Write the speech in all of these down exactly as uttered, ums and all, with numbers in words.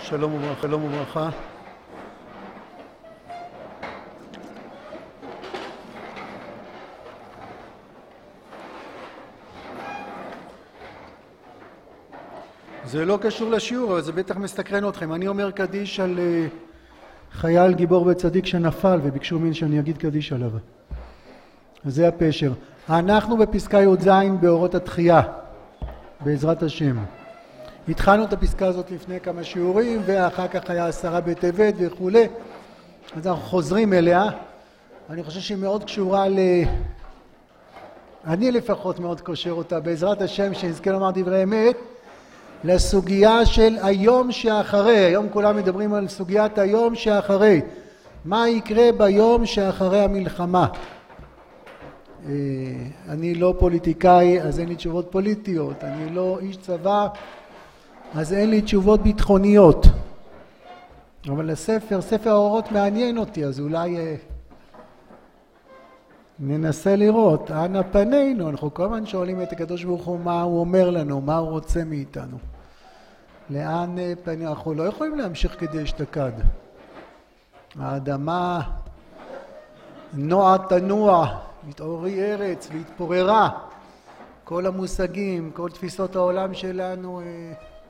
שלום וברכה, שלום וברכה. זה לא קשור לשיעור, אבל זה בטח מסתקרן אתכם. אני אומר קדיש על חייל גיבור וצדיק שנפל, וביקשו ממני שאני אגיד קדיש עליו. אז זה הפשר. אנחנו בפסקה י"ז באורות התחייה, בעזרת השם. התחלנו את הפסקה הזאת לפני כמה שיעורים, ואחר כך היה עשרה בטבת וכו'. אז אנחנו חוזרים אליה. אני חושב שהיא מאוד קשורה ל... אני לפחות מאוד קושר אותה, בעזרת השם, שנזכה לומר דברי אמת, לסוגיה של היום שאחרי. היום כולם מדברים על סוגיית היום שאחרי. מה יקרה ביום שאחרי המלחמה? אני לא פוליטיקאי, אז אין לי תשובות פוליטיות. אני לא איש צבא, אז אין לי תשובות ביטחוניות. אבל הספר, ספר האורות מעניין אותי, אז אולי אה, ננסה לראות. אנה פנינו, אנחנו כל הזמן שואלים את הקדוש ברוך הוא מה הוא אומר לנו, מה הוא רוצה מאיתנו. לאן פנינו? אנחנו לא יכולים להמשיך כדי אשתקד. האדמה נוע תנוע, התעוררי ארץ והתפוררה. כל המושגים, כל תפיסות העולם שלנו, אה,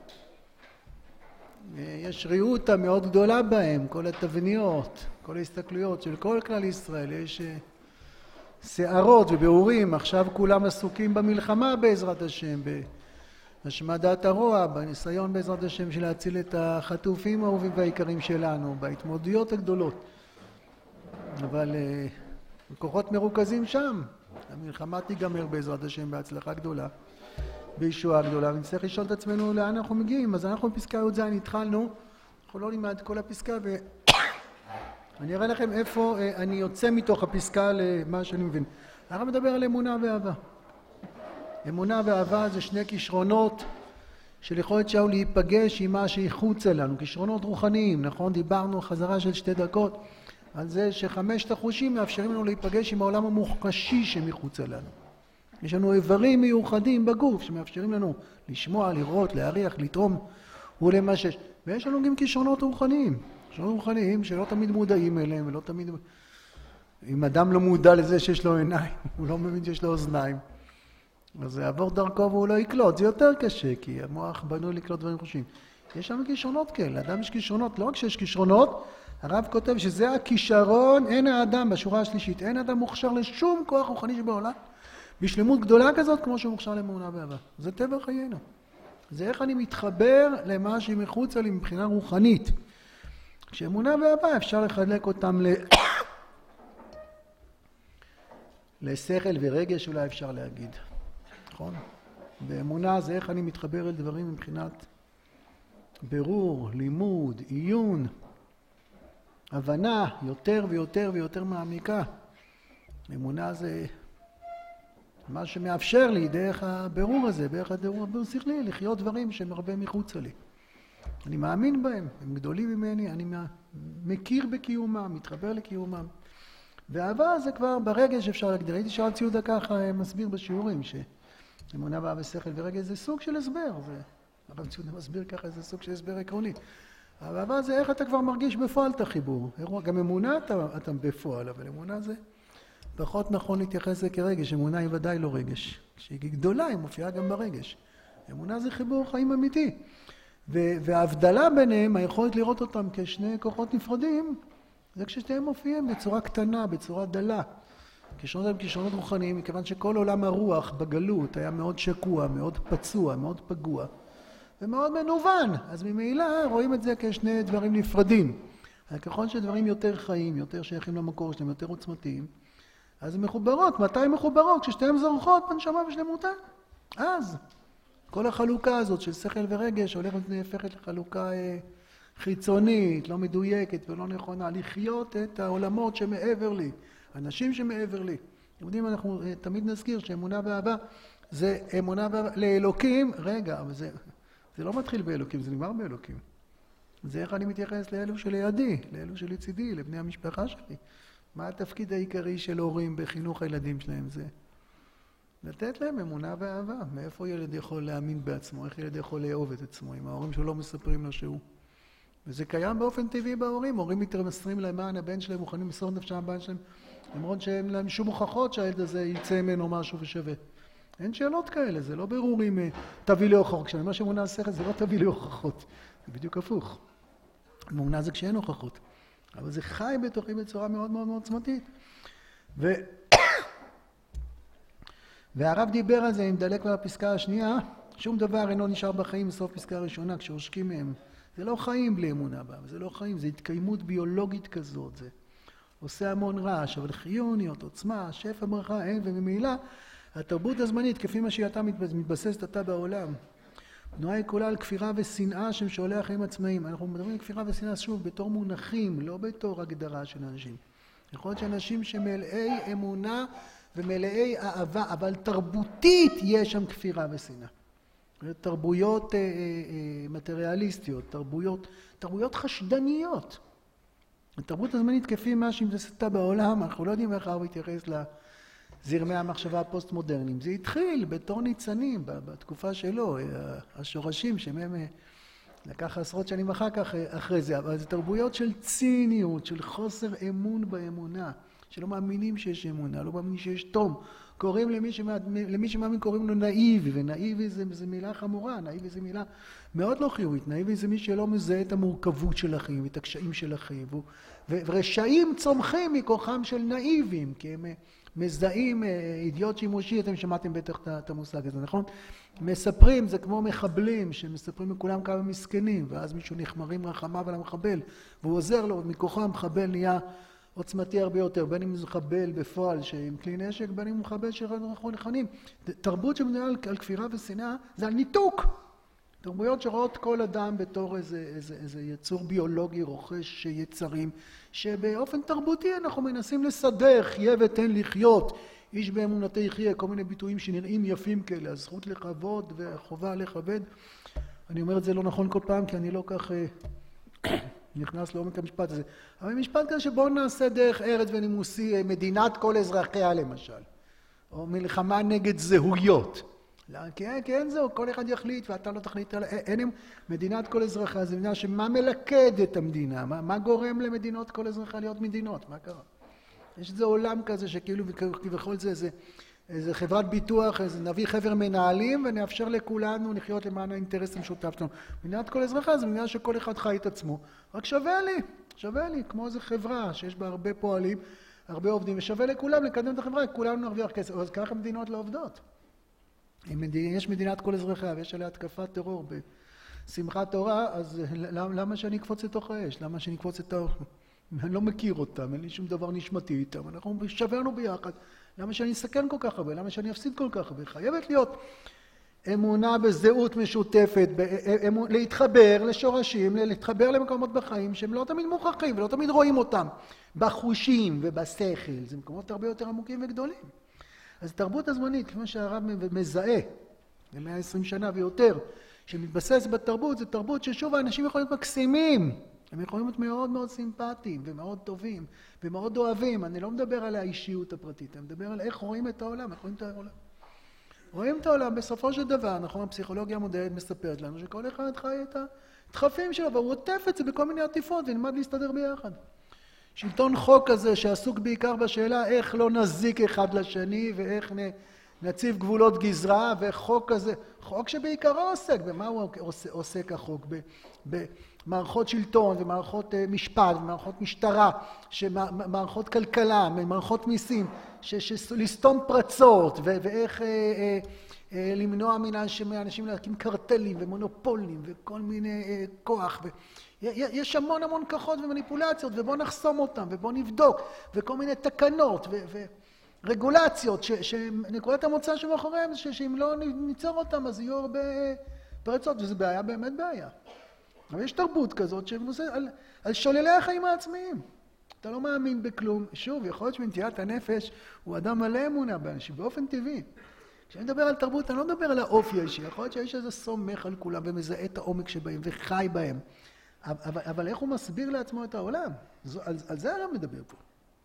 יש ריהוטה מאוד גדולה בהם, כל התבניות, כל ההסתכלויות של כל כלל ישראל, יש שערות וביאורים. עכשיו כולם עסוקים במלחמה בעזרת השם, בהשמדת הרוע, בניסיון בעזרת השם של להציל את החטופים האהובים והעיקרים שלנו, בהתמודדויות הגדולות. אבל כוחות מרוכזים שם, המלחמה תיגמר בעזרת השם בהצלחה גדולה, בישועה גדולה, ונצטרך לשאול את עצמנו לאן אנחנו מגיעים. אז אנחנו בפסקה י"ז התחלנו, אנחנו לא נלמד כל הפסקה, ואני אראה לכם איפה אני יוצא מתוך הפסקה למה שאני מבין. אנחנו מדבר על אמונה ואהבה. אמונה ואהבה זה שני כישרונות של יכולת שלנו להיפגש עם מה שיחוץ אלינו, כישרונות רוחניים, נכון? דיברנו חזרה של שתי דקות על זה שחמשת החושים מאפשרים לנו להיפגש עם העולם המוחשי שמחוץ אלינו. יש לנו איברים מיוחדים בגוף שמאפשרים לנו לשמוע, לראות, להריח, לטעום ולמשש. ויש לנו גם כישרונות רוחניים. כישרונות רוחניים שלא תמיד מודעים אליהם, ולא תמיד... אם אדם לא מודע לזה שיש לו עיניים, הוא לא מבין שיש לו אוזניים. אז זה יעבור דרכו והוא לא יקלוט. זה יותר קשה, כי המוח בנוי לקלוט דברים חושבים. יש לנו כישרונות כאלה. לאדם יש כישרונות, לא רק שיש כישרונות, הרב כותב שזה הכישרון, אין האדם, בשורה השלישית, אין אדם מוכשר לשום כוח רוחני שבעולם. בשלמות גדולה כזאת כמו שהוא מוכשר לאמונה ואהבה. זה טבע חיינו. זה איך אני מתחבר למה שמחוצה לי מבחינה רוחנית. כשאמונה ואהבה אפשר לחלק אותם ל... לשכל ורגש, אולי אפשר להגיד. נכון? באמונה זה איך אני מתחבר אל דברים מבחינת ברור, לימוד, עיון, הבנה יותר ויותר ויותר מעמיקה. אמונה זה... מה שמאפשר לי דרך הבירור הזה, דרך הבירור שכלי, לחיות דברים שהם הרבה מחוצה לי. אני מאמין בהם, הם גדולים ממני, אני מכיר בקיומם, מתחבר לקיומם. ואהבה זה כבר ברגש אפשר להגדיר. הייתי שואל ציודה ככה מסביר בשיעורים, שאמונה ואהבה שכל ורגש זה סוג של הסבר. זה, הרב ציודה מסביר ככה, זה סוג של הסבר עקרוני. אהבה זה איך אתה כבר מרגיש בפועל את החיבור. גם אמונה אתה, אתה בפועל, אבל אמונה זה... פחות נכון להתייחס לזה כרגש. אמונה היא ודאי לא רגש. כשהיא גדולה היא מופיעה גם ברגש. אמונה זה חיבור חיים אמיתי. וההבדלה ביניהם, היכולת לראות אותם כשני כוחות נפרדים, זה כששתיהם מופיעים בצורה קטנה, בצורה דלה. כישרונות הם כישרונות רוחניים, מכיוון שכל עולם הרוח בגלות היה מאוד שקוע, מאוד פצוע, מאוד פגוע, ומאוד מנוון. אז ממילא רואים את זה כשני דברים נפרדים. ככל שדברים יותר חיים, יותר שייכים למקור שלהם, יותר עוצמתיים, אז הן מחוברות. מתי הן מחוברות? כששתיהן זורחות בנשמה ושלמותה. אז כל החלוקה הזאת של שכל ורגש הולכת והפכת לחלוקה חיצונית, לא מדויקת ולא נכונה. לחיות את העולמות שמעבר לי, אנשים שמעבר לי. אתם יודעים, אנחנו תמיד נזכיר שאמונה ואהבה זה אמונה ואהבה לאלוקים. רגע, אבל זה, זה לא מתחיל באלוקים, זה נגמר באלוקים. זה איך אני מתייחס לאלו שלידי, לאלו שלצידי, לבני המשפחה שלי. מה התפקיד העיקרי של הורים בחינוך הילדים שלהם? זה לתת להם אמונה ואהבה. מאיפה ילד יכול להאמין בעצמו? איך ילד יכול לאהוב את עצמו אם ההורים שלו לא מספרים לו שהוא וזה קיים באופן טבעי בהורים, הורים מתמסרים למען הבן שלהם, מוכנים למסור נפשם הבן שלהם, למרות שאין להם שום הוכחות שהילד הזה יצא ממנו משהו ושווה. אין שאלות כאלה, זה לא ברורים, תביא לי הוכחות. כשאני אומר שאמונה על שכל, זה לא תביא לי הוכחות, זה בדיוק הפוך. אמונה זה כשאין הוכחות. אבל זה חי בתוכי בצורה מאוד מאוד מאוד עוצמתית. ו... והרב דיבר על זה, אם דלק מהפסקה השנייה, שום דבר אינו נשאר בחיים בסוף פסקה הראשונה, כשעושקים מהם. זה לא חיים בלי אמונה בה, זה לא חיים, זה התקיימות ביולוגית כזאת, זה עושה המון רעש, אבל חיוניות, עוצמה, שפע, ברכה, אין, וממילא, התרבות הזמנית, כפי מה שהיא מתבססת עתה בעולם, תנועה היא כולה על כפירה ושנאה שהם שעולי החיים עצמאיים. אנחנו מדברים על כפירה ושנאה שוב בתור מונחים, לא בתור הגדרה של אנשים. יכול להיות שאנשים שמלאי אמונה ומלאי אהבה, אבל תרבותית יש שם כפירה ושנאה. תרבויות אה, אה, מטריאליסטיות, תרבויות, תרבויות חשדניות. התרבות הזמנית כפי מה שהתבססה בעולם, אנחנו לא יודעים איך הרב התייחס לזרמי המחשבה הפוסט-מודרניים. זה התחיל בתור ניצנים בתקופה שלו, השורשים שמהם לקח עשרות שנים אחר כך אחרי זה, אבל זה תרבויות של ציניות, של חוסר אמון באמונה, שלא מאמינים שיש אמונה, לא מאמינים שיש תום. קוראים למי, שמה, למי שמאמין קוראים לו נאיבי, ונאיבי זה, זה מילה חמורה, נאיבי זה מילה מאוד לא חיובית, נאיבי זה מי שלא מזהה את המורכבות של החיים, את הקשיים של החיים, ו, ורשעים צומחים מכוחם של נאיבים, כי הם מזהים אידיוט שימושי, אתם שמעתם בטח את המושג הזה, נכון? מספרים, זה כמו מחבלים, שמספרים לכולם כמה מסכנים, ואז מישהו נחמרים רחמיו על המחבל, והוא עוזר לו, מכוחו המחבל נהיה עוצמתי הרבה יותר, בין אם זה מחבל בפועל שעם כלי נשק, בין אם הוא מחבל שאנחנו נכונים. תרבות שמדובר על, על כפירה ושנאה, זה על ניתוק. תרבויות שרואות כל אדם בתור איזה, איזה, איזה יצור ביולוגי רוכש יצרים, שבאופן תרבותי אנחנו מנסים לסדר, חיה ותן לחיות, איש באמונתי יחיה, כל מיני ביטויים שנראים יפים כאלה, הזכות לכבוד והחובה לכבד. אני אומר את זה לא נכון כל פעם, כי אני לא כך נכנס לעומק המשפט הזה. אבל משפט כזה שבואו נעשה דרך ארץ ונימוסי, מדינת כל אזרחיה למשל, או מלחמה נגד זהויות. כן, כן זהו, כל אחד יחליט ואתה לא תחליט, אין מדינת כל אזרחיה, זה מדינה שמה מלכד את המדינה, מה, מה גורם למדינות כל אזרחיה להיות מדינות, מה קרה? יש איזה עולם כזה שכאילו כבכל זה איזה, איזה חברת ביטוח, איזה נביא חבר מנהלים ונאפשר לכולנו לחיות למען האינטרס המשותף שלנו. מדינת כל אזרחיה זה מדינה שכל אחד חי את עצמו, רק שווה לי, שווה לי, כמו איזו חברה שיש בה הרבה פועלים, הרבה עובדים, ושווה לכולם לקדם את החברה, כולנו נרוויח כסף, אז ככה מדינות לא עובדות. אם יש מדינת כל אזרחיה ויש עליה התקפת טרור בשמחת תורה, אז למה שאני אקפוץ לתוך האש? למה שאני אקפוץ את האור? אני לא מכיר אותם, אין לי שום דבר נשמתי איתם, אנחנו שברנו ביחד. למה שאני אסכן כל כך הרבה? למה שאני אפסיד כל כך הרבה? חייבת להיות אמונה בזהות משותפת, להתחבר לשורשים, להתחבר למקומות בחיים שהם לא תמיד מוכרחים ולא תמיד רואים אותם בחושים ובשכל. זה מקומות הרבה יותר עמוקים וגדולים. אז תרבות הזמנית, כמו שהרב מזהה, ל-מאה ועשרים שנה ויותר, שמתבסס בתרבות, זה תרבות ששוב האנשים יכולים להיות מקסימים. הם יכולים להיות מאוד מאוד סימפטיים ומאוד טובים ומאוד אוהבים. אני לא מדבר על האישיות הפרטית, אני מדבר על איך רואים את העולם, איך רואים את העולם. רואים את העולם בסופו של דבר, נכון, הפסיכולוגיה המודרנית מספרת לנו שכל אחד חי את הדחפים שלו, והוא עוטף את זה בכל מיני עטיפות ונלמד להסתדר ביחד. שלטון חוק כזה שעסוק בעיקר בשאלה איך לא נזיק אחד לשני ואיך נציב גבולות גזרה, וחוק כזה, חוק שבעיקרו עוסק, במה הוא עוסק החוק? במערכות שלטון ומערכות משפט ומערכות משטרה, מערכות כלכלה, מערכות מיסים, לסתום פרצות ואיך למנוע מאנשים להקים קרטלים ומונופולים וכל מיני כוח ו... יש המון המון כוחות ומניפולציות, ובוא נחסום אותם, ובוא נבדוק, וכל מיני תקנות ורגולציות, שנקודת המוצא שמאחוריהם, שאם לא ניצור אותם, אז יהיו הרבה פרצות, וזו בעיה, באמת בעיה. אבל יש תרבות כזאת שמבוססת על, על שוללי החיים העצמיים. אתה לא מאמין בכלום. שוב, יכול להיות שבנטיית הנפש הוא אדם מלא אמונה באנשים, באופן טבעי. כשאני מדבר על תרבות, אני לא מדבר על האופי האישי. יכול להיות שהאיש הזה סומך על כולם ומזהה את העומק שבהם וחי בהם. אבל, אבל איך הוא מסביר לעצמו את העולם? זו, על, על זה הרב מדבר פה.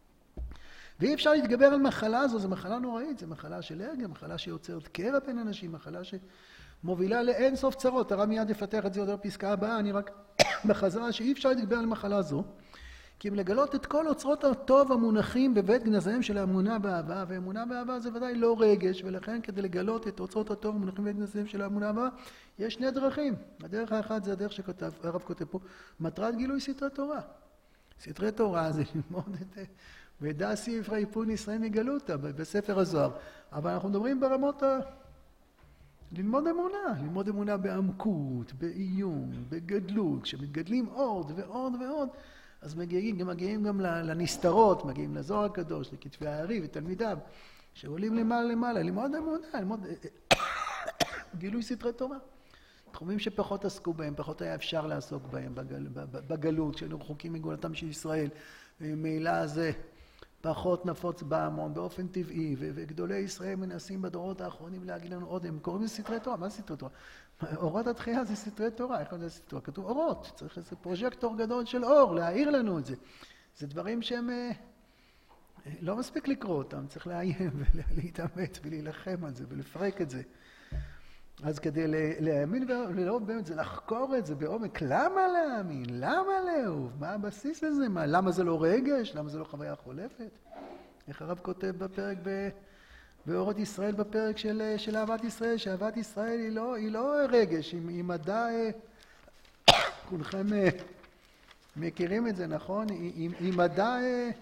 ואי אפשר להתגבר על מחלה הזו, זו מחלה נוראית, זו מחלה של הרגע, מחלה שיוצרת קרע בין אנשים, מחלה שמובילה לאין סוף צרות. הרב מיד יפתח את זה עוד בפסקה הבאה, אני רק בחזרה שאי אפשר להתגבר על מחלה זו, כי אם לגלות את כל אוצרות הטוב המונחים בבית גנזיהם של האמונה באהבה, ואמונה באהבה זה ודאי לא רגש, ולכן כדי לגלות את אוצרות הטוב המונחים בבית גנזיהם של האמונה באהבה, יש שני דרכים. הדרך האחת זה הדרך שהרב כותב פה, מטרת גילוי סתרי תורה. סתרי תורה זה ללמוד את ודע ספרי איפון ישראל מגלותה בספר הזוהר, אבל אנחנו מדברים ברמות ה... ללמוד אמונה, ללמוד אמונה בעמקות, בעיון, בגדלות, כשמתגדלים עוד ועוד ועוד, אז מגיעים, גם מגיעים גם לנסתרות, מגיעים לזוהר הקדוש, לכתבי הארי ותלמידיו, שעולים למעלה למעלה, ללמוד אמונה, ללמוד גילוי סתרי תורה. תחומים שפחות עסקו בהם, פחות היה אפשר לעסוק בהם בגל, בגלות, שהיינו רחוקים מגאולתם של ישראל, וממילא זה פחות נפוץ בהמון, באופן טבעי, וגדולי ישראל מנסים בדורות האחרונים להגיד לנו עוד, הם קוראים לזה סתרי תורה, מה זה סתרי תורה? אורות התחייה זה סתרי תורה, איך זה סתרי תורה? כתוב אורות, צריך איזה פרוז'קטור גדול של אור, להאיר לנו את זה. זה דברים שהם לא מספיק לקרוא אותם, צריך לאיים ולהתאמץ ולהילחם על זה ולפרק את זה. אז כדי להאמין ולאהוב באמת זה לחקור את זה בעומק, למה להאמין? למה לאהוב? מה הבסיס לזה? מה, למה זה לא רגש? למה זה לא חוויה חולפת? איך הרב כותב בפרק ב... באורות ישראל, בפרק של, של אהבת ישראל, שאהבת ישראל היא לא, היא לא רגש, היא, היא מדע, כולכם מכירים את זה, נכון? היא, היא, היא מדע,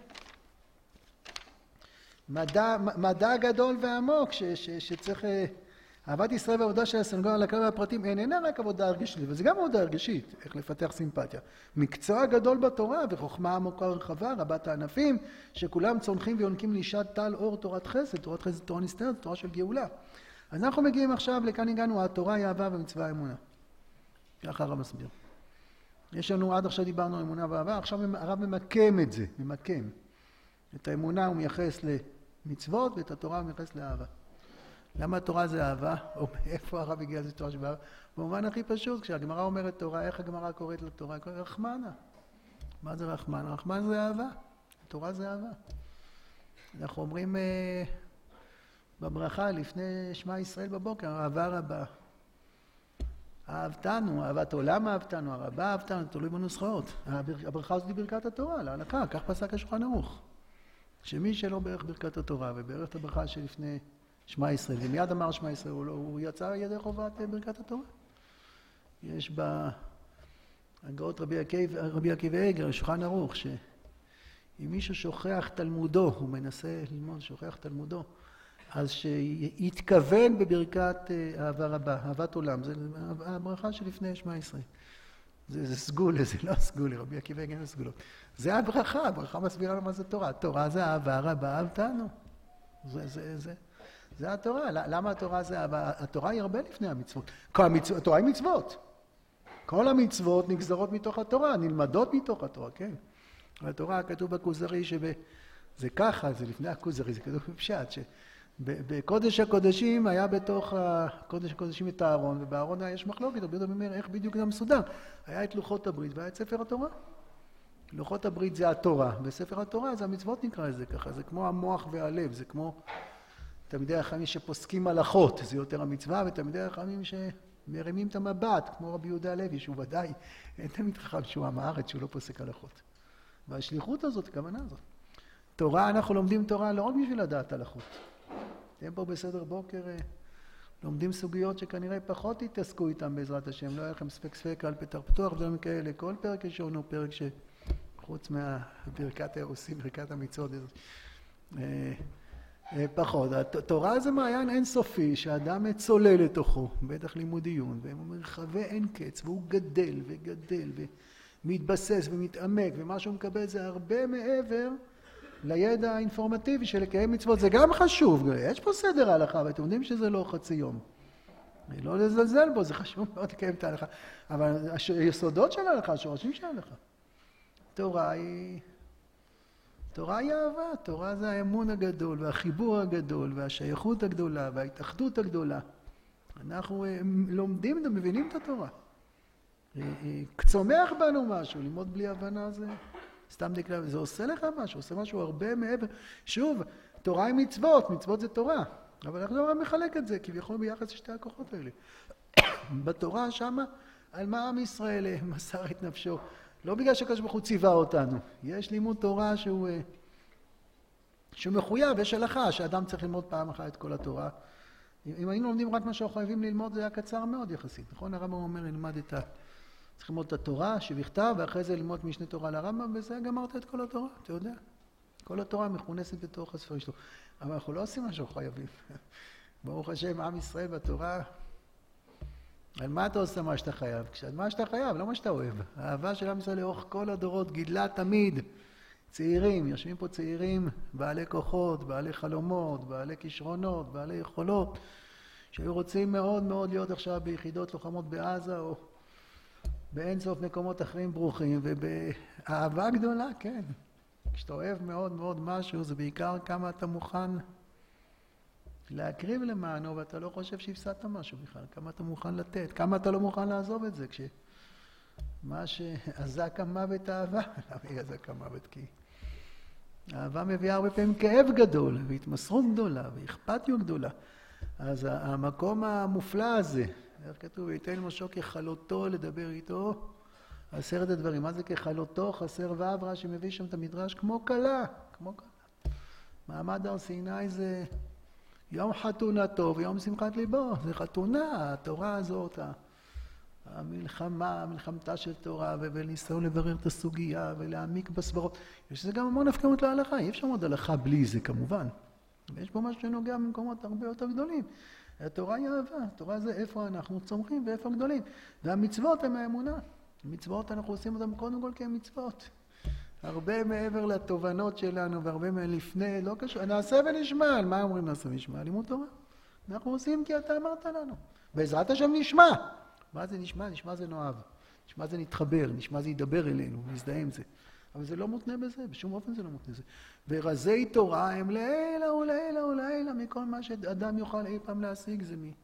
מדע, מדע גדול ועמוק ש, ש, שצריך... אהבת ישראל והעבודה של הסנגור על הכלל והפרטים איננה רק עבודה הרגשית, וזה גם עבודה הרגשית, איך לפתח סימפתיה. מקצוע גדול בתורה וחוכמה עמוקה רחבה, רבת הענפים, שכולם צומחים ויונקים לאישת טל אור תורת חסד, תורת חסד תורה נסתרת, תורה של גאולה. אז אנחנו מגיעים עכשיו, לכאן הגענו, התורה היא אהבה ומצווה האמונה. ככה הרב מסביר. יש לנו, עד עכשיו דיברנו על אמונה ואהבה, עכשיו הרב ממקם את זה, ממקם. את האמונה הוא מייחס למצוות ואת התורה הוא מייחס לאהבה. למה התורה זה אהבה? או מאיפה הרב הגיע לזה תורה שבאהבה? במובן הכי פשוט, כשהגמרא אומרת תורה, איך הגמרא קוראת לתורה? היא קוראת רחמנה. מה זה רחמן? רחמן זה אהבה. התורה זה אהבה. אנחנו אומרים אה, בברכה לפני שמע ישראל בבוקר, אהבה רבה. אהבתנו, אהבת עולם אהבתנו, הרבה אהבתנו, תלוי בנוסחאות. הברכה הזאת היא ברכת התורה, להלכה, כך פסק השולחן ערוך. שמי שלא בערך ברכת התורה ובערך את הברכה שלפני שמע ישראל, ומיד אמר שמע ישראל, הוא, לא, הוא יצא ידי חובת ברכת התורה. יש בהגאות רבי עקיבא, רבי עקיבא איגר, שולחן ערוך, שאם מישהו שוכח תלמודו, הוא מנסה ללמוד, שוכח תלמודו, אז שיתכוון בברכת אהבה רבה, אהבת עולם, זה הברכה שלפני שמע ישראל. זה, זה סגולה, זה לא סגולה, רבי עקיבא איגר אין סגולות. זה הברכה, הברכה מסבירה למה זה תורה. תורה זה אהבה רבה, אהבתנו. זה, זה, זה. זה התורה. למה התורה זה? התורה היא הרבה לפני המצוות. התורה היא מצוות. כל המצוות נגזרות מתוך התורה, נלמדות מתוך התורה, כן? התורה כתוב בכוזרי שזה ככה, זה לפני הכוזרי, זה כתוב בפשט, שבקודש הקודשים היה בתוך הקודש הקודשים את הארון, ובארון יש מחלוקת, רבי יהודה אומר איך בדיוק זה מסודר. היה את לוחות הברית והיה את ספר התורה. לוחות הברית זה התורה, וספר התורה זה המצוות נקרא לזה ככה, זה כמו המוח והלב, זה כמו... תלמידי החכמים שפוסקים הלכות, זה יותר המצווה, ותלמידי החכמים שמרימים את המבט, כמו רבי יהודה הלוי, שהוא ודאי, אין תלמיד חכם שהוא עם הארץ, שהוא לא פוסק הלכות. והשליחות הזאת, הכוונה הזאת. תורה, אנחנו לומדים תורה לא רק בשביל לדעת הלכות. אתם פה בסדר בוקר לומדים סוגיות שכנראה פחות התעסקו איתם בעזרת השם, לא היה לכם ספק ספק על פתח פתוח ודברים כאלה. כל פרק ראשון הוא פרק שחוץ מהברכת האירוסים, ברכת המצוות, פחות. התורה זה מעיין אינסופי שהאדם צולל לתוכו, בטח לימוד עיון, ומרחבי אין קץ, והוא גדל וגדל ומתבסס ומתעמק, ומה שהוא מקבל זה הרבה מעבר לידע האינפורמטיבי של לקיים מצוות. זה גם חשוב, יש פה סדר ההלכה, ואתם יודעים שזה לא חצי יום. לא לזלזל בו, זה חשוב מאוד לקיים את ההלכה. אבל היסודות של ההלכה, השורשים של ההלכה. תורה היא... תורה היא אהבה, תורה זה האמון הגדול והחיבור הגדול והשייכות הגדולה וההתאחדות הגדולה. אנחנו לומדים ומבינים את התורה. צומח בנו משהו, ללמוד בלי הבנה זה סתם דקלה, זה עושה לך משהו, עושה משהו הרבה מעבר. שוב, תורה היא מצוות, מצוות זה תורה, אבל אנחנו לא מחלק את זה, כביכול ביחס לשתי הכוחות האלה. בתורה שמה על מה עם ישראל מסר את נפשו? לא בגלל שהקדוש ברוך הוא ציווה אותנו. יש לימוד תורה שהוא, שהוא מחויב, יש הלכה שאדם צריך ללמוד פעם אחת את כל התורה. אם היינו לומדים רק מה שאנחנו חייבים ללמוד, זה היה קצר מאוד יחסית. נכון? הרמב"ם אומר, נלמד את ה... צריך ללמוד את התורה שבכתב, ואחרי זה ללמוד משנה תורה לרמב"ם, וזה גמרת את כל התורה, אתה יודע. כל התורה מכונסת בתוך הספרים שלו. אבל אנחנו לא עושים מה שאנחנו חייבים. ברוך השם, עם ישראל בתורה, על מה אתה עושה מה שאתה חייב? כשעל מה שאתה חייב, לא מה שאתה אוהב. האהבה של עם ישראל לאורך כל הדורות גידלה תמיד. צעירים, יושבים פה צעירים, בעלי כוחות, בעלי חלומות, בעלי כישרונות, בעלי יכולות, שהיו רוצים מאוד מאוד להיות עכשיו ביחידות לוחמות בעזה, או באין סוף מקומות אחרים ברוכים, ובאהבה גדולה, כן. כשאתה אוהב מאוד מאוד משהו, זה בעיקר כמה אתה מוכן להקריב למענו, ואתה לא חושב שהפסדת משהו בכלל, כמה אתה מוכן לתת, כמה אתה לא מוכן לעזוב את זה, כשמה שעזק המוות אהבה, למה היא עזק המוות? כי האהבה מביאה הרבה פעמים כאב גדול, והתמסרות גדולה, ואכפתיות גדולה. אז המקום המופלא הזה, איך כתוב, ויתן משו ככלותו לדבר איתו, עשרת הדברים. מה זה ככלותו? חסר ו' רש"י מביא שם את המדרש כמו כלה, כמו כלה. מעמד הר סיני זה יום חתונתו ויום שמחת ליבו, זה חתונה, התורה הזאת, המלחמה, מלחמתה של תורה, וניסיון לברר את הסוגיה ולהעמיק בסברות. יש לזה גם המון הפקמות להלכה, אי אפשר עוד הלכה בלי זה כמובן. ויש פה משהו שנוגע במקומות הרבה יותר גדולים. התורה היא אהבה, התורה זה איפה אנחנו צומחים ואיפה גדולים. והמצוות הן האמונה. המצוות אנחנו עושים אותן קודם כל כמצוות. הרבה מעבר לתובנות שלנו והרבה מלפני, לא קשור. נעשה ונשמע, מה אומרים נעשה ונשמע? לימוד תורה. אנחנו עושים כי אתה אמרת לנו. בעזרת השם נשמע. מה זה נשמע? נשמע זה נאהב. נשמע זה נתחבר, נשמע זה ידבר אלינו, נזדהה עם זה. אבל זה לא מותנה בזה, בשום אופן זה לא מותנה בזה. ורזי תורה הם לעילה ולעילה ולעילה מכל מה שאדם יוכל אי פעם להשיג זה מי.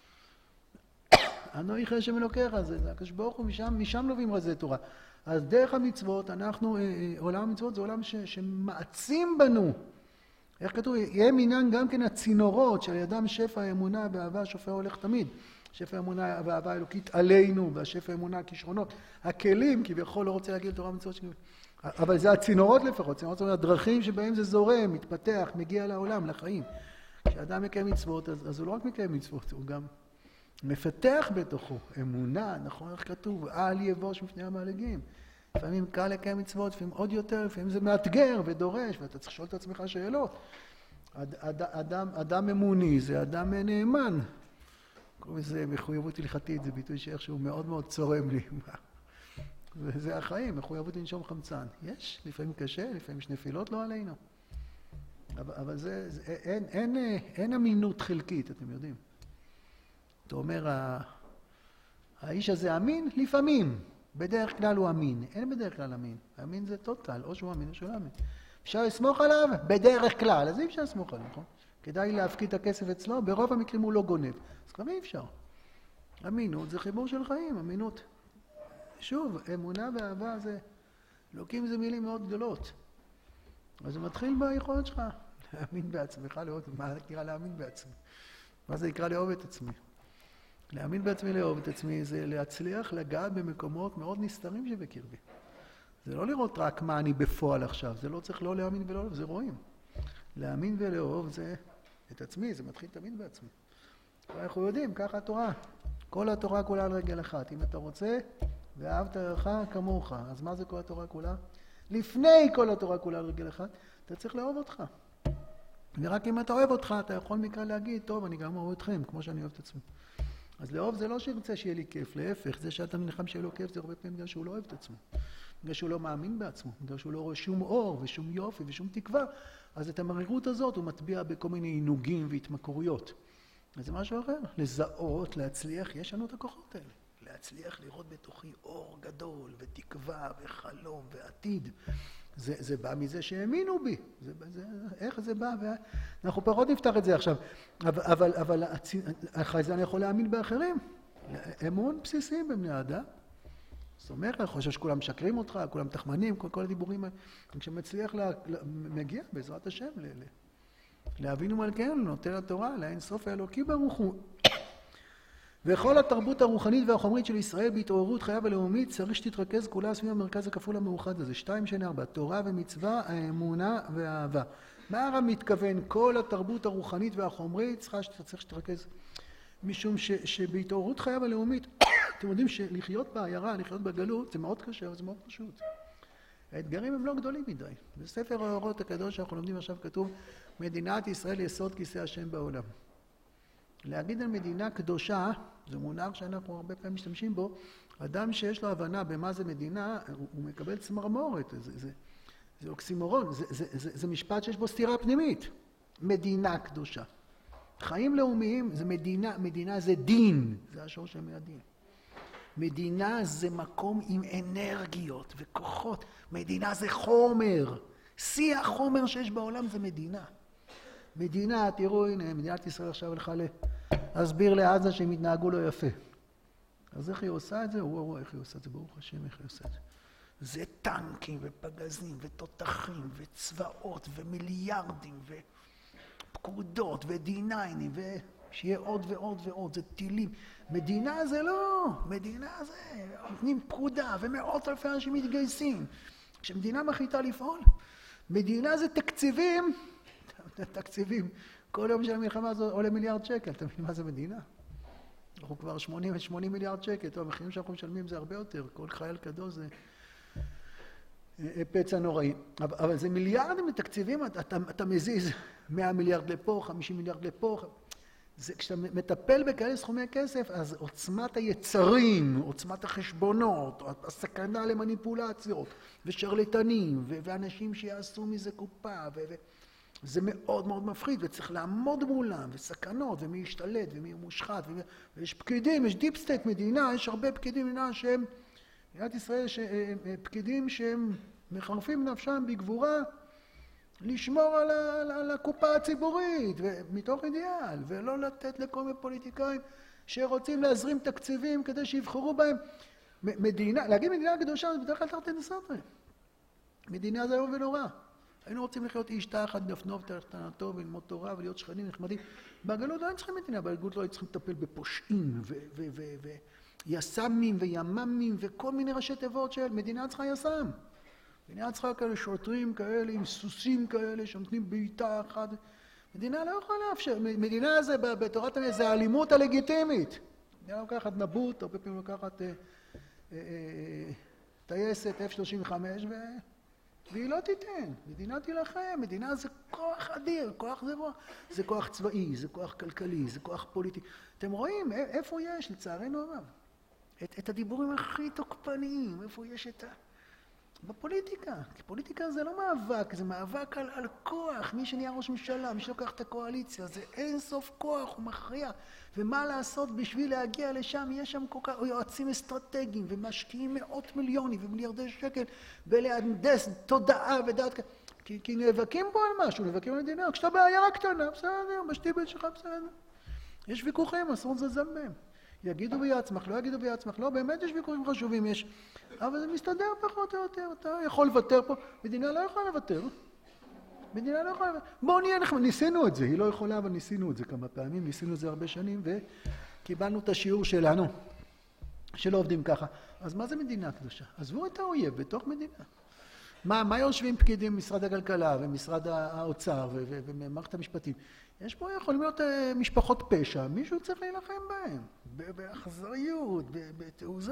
אנוכי חשם אלוקיך, זה הקדוש ברוך הוא, משם, משם נובעים רזי תורה. אז דרך המצוות, אנחנו, עולם המצוות זה עולם ש, שמעצים בנו. איך כתוב? יהיה מינן גם כן הצינורות של ידם שפע האמונה באהבה שופע הולך תמיד. שפע האמונה והאהבה האלוקית עלינו, והשפע האמונה הכישרונות, הכלים, כביכול לא רוצה להגיד תורה מצוות שכבים. אבל זה הצינורות לפחות, צינורות זאת אומרת, הדרכים שבהם זה זורם, מתפתח, מגיע לעולם, לחיים. כשאדם מקיים מצוות, אז, אז הוא לא רק מקיים מצוות, הוא גם מפתח בתוכו אמונה, נכון איך כתוב, אל יבוש מפני המעלגים. לפעמים קל לקיים מצוות, לפעמים עוד יותר, לפעמים זה מאתגר ודורש, ואתה צריך לשאול את עצמך שאלות. אד, אד, אדם, אדם אמוני זה אדם נאמן. קוראים לזה מחויבות הלכתית, זה ביטוי שאיכשהו מאוד מאוד צורם לי. וזה החיים, מחויבות לנשום חמצן. יש, לפעמים קשה, לפעמים יש נפילות לא עלינו. אבל, אבל זה, זה אין, אין, אין, אין אמינות חלקית, אתם יודעים. אתה אומר, האיש הזה אמין? לפעמים. בדרך כלל הוא אמין. אין בדרך כלל אמין. אמין זה טוטל, או שהוא אמין או שהוא לא אמין. אפשר לסמוך עליו? בדרך כלל. אז אי אפשר לסמוך עליו, נכון? כדאי להפקיד את הכסף אצלו, ברוב המקרים הוא לא גונב. אז כבר אי אפשר. אמינות זה חיבור של חיים, אמינות. שוב, אמונה ואהבה זה, אלוקים זה מילים מאוד גדולות. אז זה מתחיל ביכולת שלך, להאמין בעצמך, לאהוב, מה זה נקרא להאמין בעצמי? מה זה נקרא לאהוב את עצמי? להאמין בעצמי, לאהוב את עצמי, זה להצליח לגעת במקומות מאוד נסתרים שבקרבי. זה לא לראות רק מה אני בפועל עכשיו, זה לא צריך לא להאמין ולא לאהוב, זה רואים. להאמין ולאהוב זה את עצמי, זה מתחיל תמיד בעצמי. אנחנו יודעים, ככה התורה. כל התורה כולה על רגל אחת. אם אתה רוצה, ואהבת לך כמוך. אז מה זה כל התורה כולה? לפני כל התורה כולה על רגל אחת, אתה צריך לאהוב אותך. ורק אם אתה אוהב אותך, אתה יכול מכאן להגיד, טוב, אני גם אוהב אתכם, כמו שאני אוהב את עצמי. אז לאהוב זה לא שירצה שיהיה לי כיף, להפך, זה שאתה מנחם שיהיה לו כיף, זה הרבה פעמים בגלל שהוא לא אוהב את עצמו. בגלל שהוא לא מאמין בעצמו, בגלל שהוא לא רואה שום אור ושום יופי ושום תקווה. אז את המרירות הזאת הוא מטביע בכל מיני עינוגים והתמכרויות. אז זה משהו אחר, לזהות, להצליח, יש לנו את הכוחות האלה. להצליח לראות בתוכי אור גדול ותקווה וחלום ועתיד. זה, זה בא מזה שהאמינו בי. זה, זה, איך זה בא? אנחנו פחות נפתח את זה עכשיו. אבל, אבל, אבל אחרי זה אני יכול להאמין באחרים. אמון בסיסי בבני אדם. זאת אומרת, אני חושב שכולם משקרים אותך, כולם תחמנים, כל, כל הדיבורים האלה. כשמצליח לה, מגיע בעזרת השם ל... להבין ומלכנו, נותן התורה, לאין סוף האלוקי ברוך הוא. וכל התרבות הרוחנית והחומרית של ישראל בהתעוררות חייו הלאומית צריך שתתרכז כולה סביב המרכז הכפול המאוחד הזה. שתיים שני ארבע, תורה ומצווה, האמונה והאהבה. מה הרב מתכוון? כל התרבות הרוחנית והחומרית צריכה שצריך שתתרכז. משום ש, שבהתעוררות חייו הלאומית, אתם יודעים שלחיות בעיירה, לחיות בגלות, זה מאוד קשה, אבל זה מאוד פשוט. האתגרים הם לא גדולים מדי. בספר האורות הקדוש שאנחנו לומדים עכשיו כתוב, מדינת ישראל יסוד כיסא השם בעולם. להגיד על מדינה קדושה, זה מונח שאנחנו הרבה פעמים משתמשים בו, אדם שיש לו הבנה במה זה מדינה, הוא, הוא מקבל צמרמורת, זה, זה, זה אוקסימורון, זה, זה, זה, זה משפט שיש בו סתירה פנימית. מדינה קדושה. חיים לאומיים זה מדינה, מדינה זה דין, זה השור של מהדין. מדינה זה מקום עם אנרגיות וכוחות, מדינה זה חומר, שיא החומר שיש בעולם זה מדינה. מדינה, תראו הנה, מדינת ישראל עכשיו הלכה להסביר לעזה שהם התנהגו לא יפה. אז איך היא עושה את זה? וואו וואו, איך היא עושה את זה? ברוך השם, איך היא עושה את זה? זה טנקים ופגזים ותותחים וצבאות ומיליארדים ופקודות ודיניינים ושיהיה עוד ועוד ועוד, זה טילים. מדינה זה לא, מדינה זה, נותנים פקודה ומאות אלפי אנשים מתגייסים. כשמדינה מחליטה לפעול, מדינה זה תקציבים, תקציבים. כל יום של המלחמה הזו עולה מיליארד שקל, אתה מבין מה זה מדינה? אנחנו כבר שמונים מיליארד שקל, טוב, המחירים שאנחנו משלמים זה הרבה יותר, כל חייל קדוש זה פצע נוראי. אבל זה מיליארדים מתקציבים, אתה, אתה, אתה מזיז מאה מיליארד לפה, חמישים מיליארד לפה. זה, כשאתה מטפל בכאלה סכומי כסף, אז עוצמת היצרים, עוצמת החשבונות, הסכנה למניפולציות, ושרלטנים, ו- ואנשים שיעשו מזה קופה, ו- ו- זה מאוד מאוד מפחיד, וצריך לעמוד מולם, וסכנות, ומי ישתלט, ומי מושחת, ו- ויש פקידים, יש דיפ סטייט מדינה, יש הרבה פקידים מדינה שהם, מדינת ישראל, ש- פקידים שהם מחרפים נפשם בגבורה, לשמור על, ה- על הקופה הציבורית, מתוך אידיאל, ולא לתת לכל מיני פוליטיקאים שרוצים להזרים תקציבים כדי שיבחרו בהם. מדינה, להגיד מדינה קדושה זה בדרך כלל תרתי דסתרי. מדינה זה איום ונורא. היינו רוצים לחיות איש תחת דפנוב תחתנתו וללמוד תורה ולהיות שכנים נחמדים. בגלות לא היינו צריכים מדינה, בגלות לא היינו צריכים לטפל בפושעים ויס"מים וימ"מים וכל מיני ראשי תיבות של מדינה צריכה יס"ם. מדינה צריכה כאלה שוטרים כאלה עם סוסים כאלה שנותנים בעיטה אחת. מדינה לא יכולה לאפשר, מדינה זה בתורת המדינה זה האלימות הלגיטימית. מדינה לוקחת נבוט, הרבה פעמים לוקחת טייסת אף שלושים וחמש ו... והיא לא תיתן, מדינה תילחם, מדינה זה כוח אדיר, כוח זה רוע, זה כוח צבאי, זה כוח כלכלי, זה כוח פוליטי. אתם רואים איפה יש, לצערנו הרב, את, את הדיבורים הכי תוקפניים, איפה יש את ה... בפוליטיקה, כי פוליטיקה זה לא מאבק, זה מאבק על, על כוח, מי שנהיה ראש ממשלה, מי שלוקח את הקואליציה, זה אין סוף כוח, הוא מכריע, ומה לעשות בשביל להגיע לשם, יש שם כל כך יועצים אסטרטגיים, ומשקיעים מאות מיליונים ומיליארדי שקל, בלהנדס תודעה ודעת, כי, כי נאבקים פה על משהו, נאבקים על מדינה, כשאתה בעיירה קטנה, בסדר, בשטיבל שלך, בסדר. יש ויכוחים, אסור לזלזל בהם. יגידו ביעצמך, לא יגידו ביעצמך, לא, באמת יש ויכוחים חשובים, יש, אבל זה מסתדר פחות או יותר, אתה יכול לוותר פה, מדינה לא יכולה לוותר, מדינה לא יכולה לוותר, בואו נהיה נחמד, ניסינו את זה, היא לא יכולה, אבל ניסינו את זה כמה פעמים, ניסינו את זה הרבה שנים, וקיבלנו את השיעור שלנו, שלא עובדים ככה. אז מה זה מדינה קדושה? עזבו את האויב בתוך מדינה. מה, מה יושבים פקידים במשרד הכלכלה ומשרד האוצר ומערכת המשפטים? יש פה יכולים להיות משפחות פשע, מישהו צריך להילחם בהם, באכזריות, בתעוזה.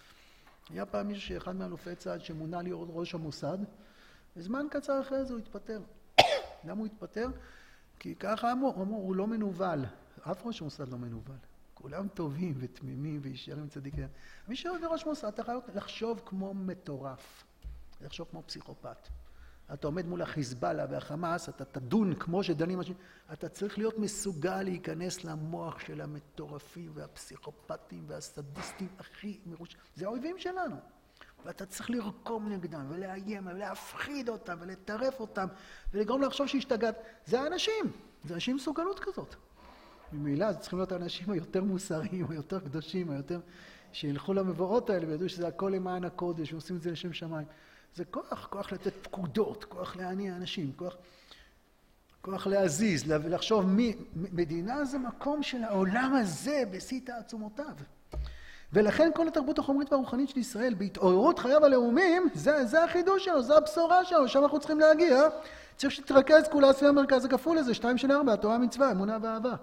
היה פעם מישהו שאחד מאלופי צה"ל שמונה להיות ראש המוסד, וזמן קצר אחרי זה הוא התפטר. למה הוא התפטר? כי ככה אמרו, אמרו, הוא לא מנוול, אף ראש המוסד לא מנוול. כולם טובים ותמימים וישרים צדיקים. מי שעוד לראש מוסד, אתה חייב לחשוב כמו מטורף, לחשוב כמו פסיכופת. אתה עומד מול החיזבאללה והחמאס, אתה תדון כמו שדנים משהו, אתה צריך להיות מסוגל להיכנס למוח של המטורפים והפסיכופטים והסדיסטים הכי מרוש... זה האויבים שלנו. ואתה צריך לרקום נגדם ולאיים ולהפחיד אותם ולטרף אותם ולגרום לחשוב שהשתגעת. זה האנשים, זה אנשים מסוגלות כזאת. ממילא זה צריכים להיות האנשים היותר מוסריים, היותר קדושים, היותר שילכו למבואות האלה וידעו שזה הכל למען הקודש ועושים את זה לשם שמיים. זה כוח, כוח לתת פקודות, כוח להניע אנשים, כוח... כוח להזיז, לחשוב מי, מדינה זה מקום של העולם הזה בשיא תעצומותיו. ולכן כל התרבות החומרית והרוחנית של ישראל, בהתעוררות חייו הלאומיים, זה, זה החידוש שלו, זה הבשורה שלו, שם אנחנו צריכים להגיע. צריך שתרכז כולה סביב המרכז הכפול הזה, שתיים של ארבע, התורה מצווה, אמונה ואהבה.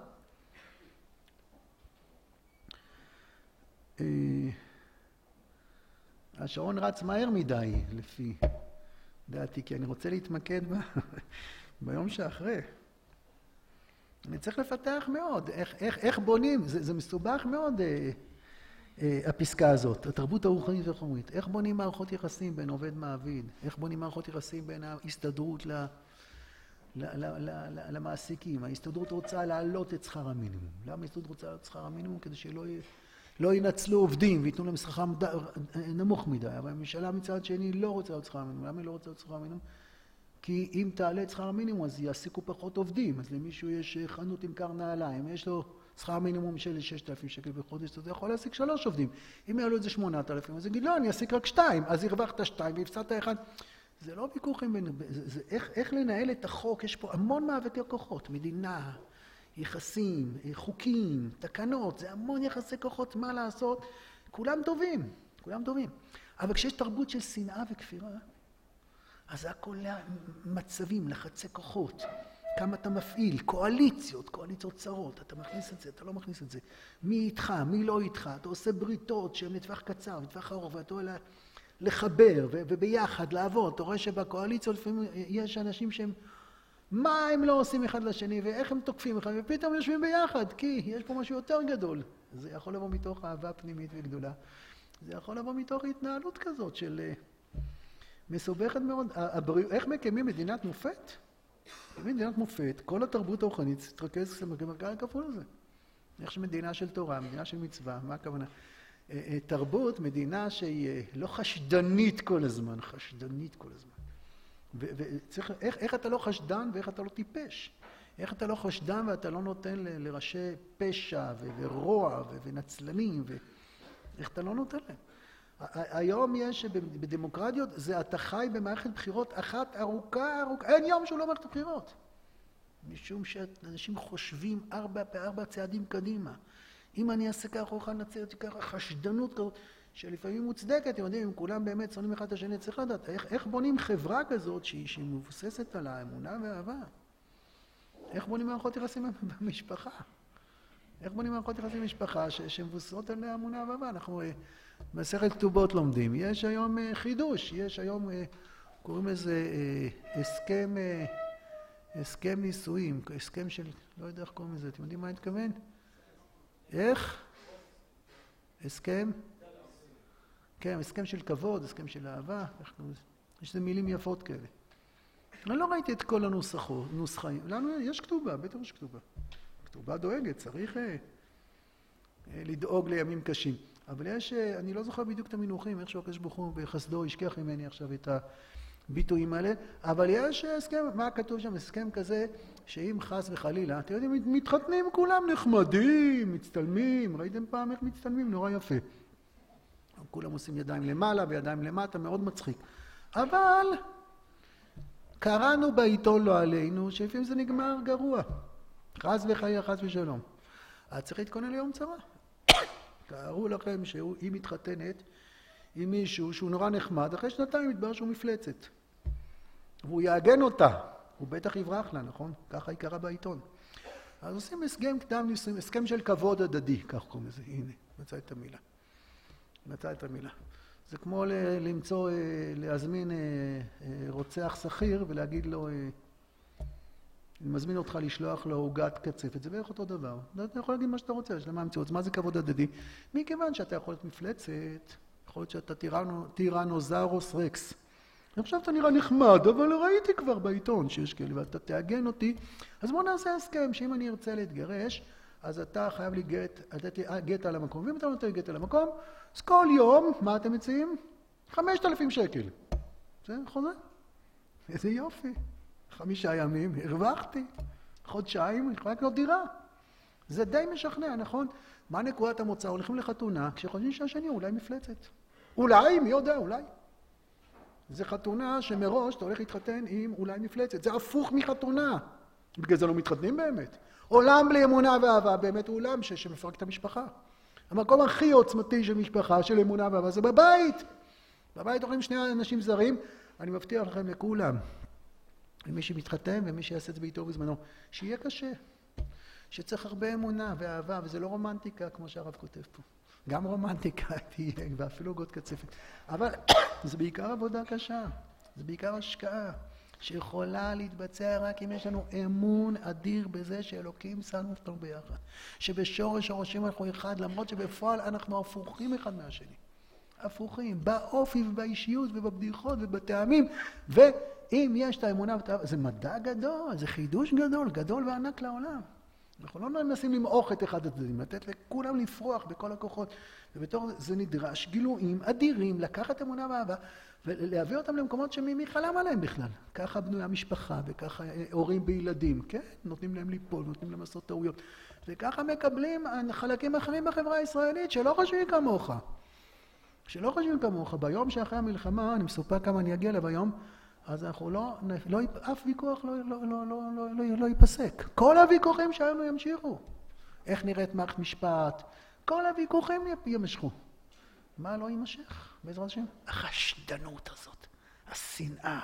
השעון רץ מהר מדי, לפי דעתי, כי אני רוצה להתמקד ב... ביום שאחרי. אני צריך לפתח מאוד, איך, איך, איך בונים, זה, זה מסובך מאוד, אה, אה, הפסקה הזאת, התרבות הרוחנית והחומרית. איך בונים מערכות יחסים בין עובד מעביד? איך בונים מערכות יחסים בין ההסתדרות ל, ל, ל, ל, ל, למעסיקים? ההסתדרות רוצה להעלות את שכר המינימום. למה ההסתדרות רוצה להעלות את שכר המינימום? כדי שלא יהיה... לא ינצלו עובדים ויתנו להם שכר נמוך מדי, אבל הממשלה מצד שני לא רוצה להעלות שכר המינימום. למה היא לא רוצה להעלות שכר המינימום? כי אם תעלה את שכר המינימום אז יעסיקו פחות עובדים. אז למישהו יש חנות עם קר נעליים, יש לו שכר מינימום של ששת אלפים שקל בחודש, אז הוא יכול להעסיק שלוש עובדים. אם יעלו את זה שמונת אלפים, אז יגיד לא, אני אעסיק רק שתיים, אז הרווחת שתיים והפסדת אחד. זה לא ויכוחים בין... זה, זה, איך, איך לנהל את החוק? יש פה המון מאבקי כוחות, מדינה, יחסים, חוקים, תקנות, זה המון יחסי כוחות, מה לעשות? כולם טובים, כולם טובים. אבל כשיש תרבות של שנאה וכפירה, אז זה הכל מצבים, לחצי כוחות. כמה אתה מפעיל, קואליציות, קואליציות צרות, אתה מכניס את זה, אתה לא מכניס את זה. מי איתך, מי לא איתך, אתה עושה בריתות שהן לטווח קצר, לטווח ארוך, ואתה רואה לחבר וביחד לעבוד. אתה רואה שבקואליציות לפעמים יש אנשים שהם, מה הם לא עושים אחד לשני ואיך הם תוקפים אחד, ופתאום יושבים ביחד, כי יש פה משהו יותר גדול. זה יכול לבוא מתוך אהבה פנימית וגדולה. זה יכול לבוא מתוך התנהלות כזאת של... מסובכת מאוד. איך מקימים מדינת מופת? מדינת מופת, כל התרבות הרוחנית תתרכז כמרכז הכפול הזה. איך שמדינה של תורה, מדינה של מצווה, מה הכוונה? תרבות, מדינה שהיא לא חשדנית כל הזמן, חשדנית כל הזמן. וצריך, איך, איך אתה לא חשדן ואיך אתה לא טיפש? איך אתה לא חשדן ואתה לא נותן ל, לראשי פשע ו, ורוע ו, ונצלנים, ואיך אתה לא נותן להם? היום יש בדמוקרטיות, זה אתה חי במערכת בחירות אחת ארוכה ארוכה, אין יום שהוא לא מערכת בחירות. משום שאנשים חושבים ארבע בארבע צעדים קדימה. אם אני אעשה ככה, אוכל נצא אותי ככה, חשדנות כזאת, שלפעמים מוצדקת, אתם יודעים, אם כולם באמת שונאים אחד את השני, צריך לדעת, איך, איך בונים חברה כזאת שהיא, שהיא מבוססת על האמונה והאהבה? איך בונים מערכות יחסים במשפחה? איך בונים מערכות יחסים במשפחה שמבוססות על האמונה והאהבה? אנחנו מסכת כתובות לומדים. יש היום חידוש, יש היום, קוראים לזה הסכם, הסכם נישואים, הסכם של, לא יודע איך קוראים לזה, אתם יודעים מה אני מתכוון? איך? הסכם? כן, הסכם של כבוד, הסכם של אהבה, יש איזה מילים יפות כאלה. אני לא ראיתי את כל הנוסחים, לנו יש כתובה, בטח יש כתובה. כתובה דואגת, צריך לדאוג לימים קשים. אבל יש, אני לא זוכר בדיוק את המינוחים, איך שהקדוש ברוך הוא בחסדו ישכח ממני עכשיו את הביטויים האלה, אבל יש הסכם, מה כתוב שם? הסכם כזה, שאם חס וחלילה, אתם יודעים, מתחתנים כולם נחמדים, מצטלמים, ראיתם פעם איך מצטלמים? נורא יפה. כולם עושים ידיים למעלה וידיים למטה, מאוד מצחיק. אבל קראנו בעיתון לא עלינו, שלפעמים זה נגמר גרוע. חס וחלילה, חס ושלום. אז צריך להתכונן ליום צרה. תארו לכם שהיא מתחתנת עם מישהו שהוא נורא נחמד, אחרי שנתיים מתברר שהוא מפלצת. והוא יאגן אותה, הוא בטח יברח לה, נכון? ככה היא קרה בעיתון. אז עושים הסכם קדם נישואים, הסכם של כבוד הדדי, כך קוראים לזה, הנה, מצא את המילה. מצא את המילה. זה כמו למצוא, להזמין רוצח שכיר ולהגיד לו, אני מזמין אותך לשלוח לו עוגת קצפת, זה בערך אותו דבר. אתה יכול להגיד מה שאתה רוצה, יש למה המציאות. מה זה כבוד הדדי? מכיוון שאתה יכול להיות מפלצת, יכול להיות שאתה טירנו, טירנוזאורוס רקס. עכשיו אתה נראה נחמד, אבל ראיתי כבר בעיתון שיש כאלה, ואתה תאגן אותי. אז בוא נעשה הסכם, שאם אני ארצה להתגרש, אז אתה חייב לי גט, לתת לי גט על המקום. ואם אתה נותן לי גט על המקום, אז כל יום, מה אתם מציעים? חמשת אלפים שקל. זה חוזה? איזה יופי. חמישה ימים, הרווחתי, חודשיים, אני יכולה לקנות דירה. זה די משכנע, נכון? מה נקודת המוצא? הולכים לחתונה, כשחושבים שהשני אולי מפלצת. אולי, מי יודע, אולי. זה חתונה שמראש אתה הולך להתחתן עם אולי מפלצת. זה הפוך מחתונה. בגלל זה לא מתחתנים באמת. עולם בלי אמונה ואהבה באמת הוא עולם שמפרק את המשפחה. המקום הכי עוצמתי של משפחה, של אמונה ואהבה, זה בבית. בבית אוכלים שני אנשים זרים, אני מבטיח לכם לכולם. ומי שמתחתן ומי שיעשה את זה בעיתו בזמנו, שיהיה קשה. שצריך הרבה אמונה ואהבה, וזה לא רומנטיקה כמו שהרב כותב פה. גם רומנטיקה תהיה, ואפילו גוד קצפת. אבל זה בעיקר עבודה קשה. זה בעיקר השקעה. שיכולה להתבצע רק אם יש לנו אמון אדיר בזה שאלוקים שם אותנו ביחד. שבשורש הראשים אנחנו אחד, למרות שבפועל אנחנו הפוכים אחד מהשני. הפוכים, באופי ובאישיות ובבדיחות ובטעמים. ואם יש את האמונה, זה מדע גדול, זה חידוש גדול, גדול וענק לעולם. אנחנו לא מנסים למעוך את אחד הצדדים, לתת לכולם לפרוח בכל הכוחות. ובתור זה נדרש גילויים אדירים, לקחת אמונה ואהבה, ולהביא אותם למקומות שמי חלם עליהם בכלל. ככה בנויה משפחה, וככה הורים בילדים, כן? נותנים להם ליפול, נותנים להם לעשות טעויות. וככה מקבלים חלקים אחרים בחברה הישראלית שלא חושבים כמוך. שלא חושבים כמוך. ביום שאחרי המלחמה, אני מסופר כמה אני אגיע אליו היום, אז אנחנו לא, לא, אף ויכוח לא, לא, לא, לא, לא, לא, לא ייפסק. כל הוויכוחים שהיינו ימשיכו. איך נראית מערכת משפט? כל הוויכוחים ימשכו. מה לא יימשך? בעזרת השם? החשדנות הזאת, השנאה,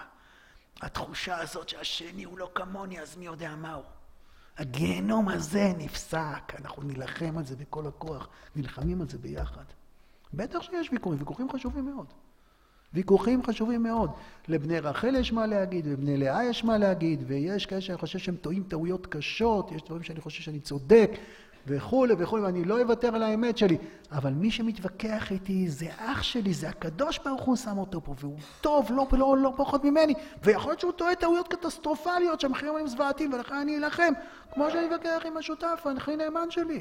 התחושה הזאת שהשני הוא לא כמוני, אז מי יודע מהו. הגיהנום הזה נפסק, אנחנו נלחם על זה בכל הכוח, נלחמים על זה ביחד. בטח שיש ויכוחים, ויכוחים חשובים מאוד. ויכוחים חשובים מאוד. לבני רחל יש מה להגיד, ובני לאה יש מה להגיד, ויש כאלה שאני חושב שהם טועים טעויות קשות, יש דברים שאני חושב שאני צודק, וכו' וכו', ואני לא אוותר על האמת שלי. אבל מי שמתווכח איתי זה אח שלי, זה הקדוש ברוך הוא שם אותו פה, והוא טוב, לא, לא, לא פחות ממני, ויכול להיות שהוא טועה טעויות קטסטרופליות, שהמחירים הם זוועתיים, ולכן אני אלחם, כמו שאני מתווכח עם השותף, הכי נאמן שלי.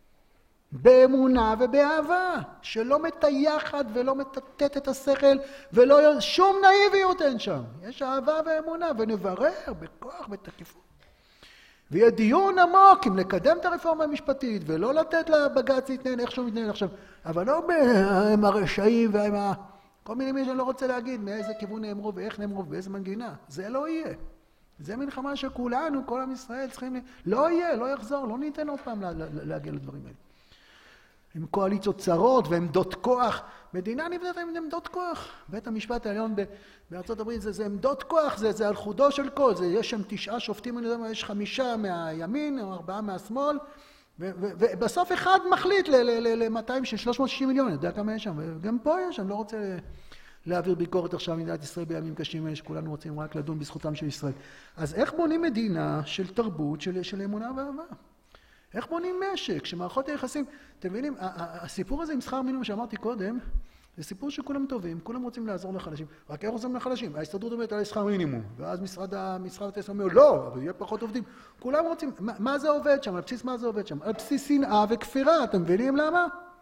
באמונה ובאהבה, שלא מטייחת ולא מטטט את השכל, ולא שום נאיביות אין שם. יש אהבה ואמונה, ונברר בכוח בתקיפות. ויהיה דיון עמוק אם לקדם את הרפורמה המשפטית, ולא לתת לבג"ץ להתנהל איך שהוא מתנהל עכשיו, אבל לא עם הרשעים ועם ה... כל מיני מילים שאני לא רוצה להגיד מאיזה כיוון נאמרו ואיך נאמרו ובאיזה מנגינה. זה לא יהיה. זה מלחמה שכולנו, כל עם ישראל צריכים... לא יהיה, לא יחזור, לא ניתן עוד פעם להגיע לדברים האלה. עם קואליציות צרות ועמדות כוח. מדינה נבנית עם עמדות כוח. בית המשפט העליון בארצות הברית זה, זה עמדות כוח, זה, זה על חודו של כל. זה, יש שם תשעה שופטים, אני יודע מה, יש חמישה מהימין או ארבעה מהשמאל, ו, ו, ובסוף אחד מחליט ל-מאתיים, שלוש מאות ושישים מיליון, אני יודע כמה יש שם, וגם פה יש, אני לא רוצה להעביר ביקורת עכשיו מדינת ישראל בימים קשים האלה, שכולנו רוצים רק לדון בזכותם של ישראל. אז איך בונים מדינה של תרבות, של, של אמונה ואהבה? איך בונים משק, שמערכות היחסים, אתם מבינים, הסיפור הזה עם שכר מינימום שאמרתי קודם, זה סיפור שכולם טובים, כולם רוצים לעזור לחלשים, רק איך עוזרים לחלשים? ההסתדרות אומרת על שכר מינימום, ואז משרד התעשייה אומר, לא, אבל יהיה פחות עובדים, כולם רוצים, מה, מה זה עובד שם? על בסיס מה זה עובד שם? על בסיס שנאה וכפירה, אתם מבינים למה?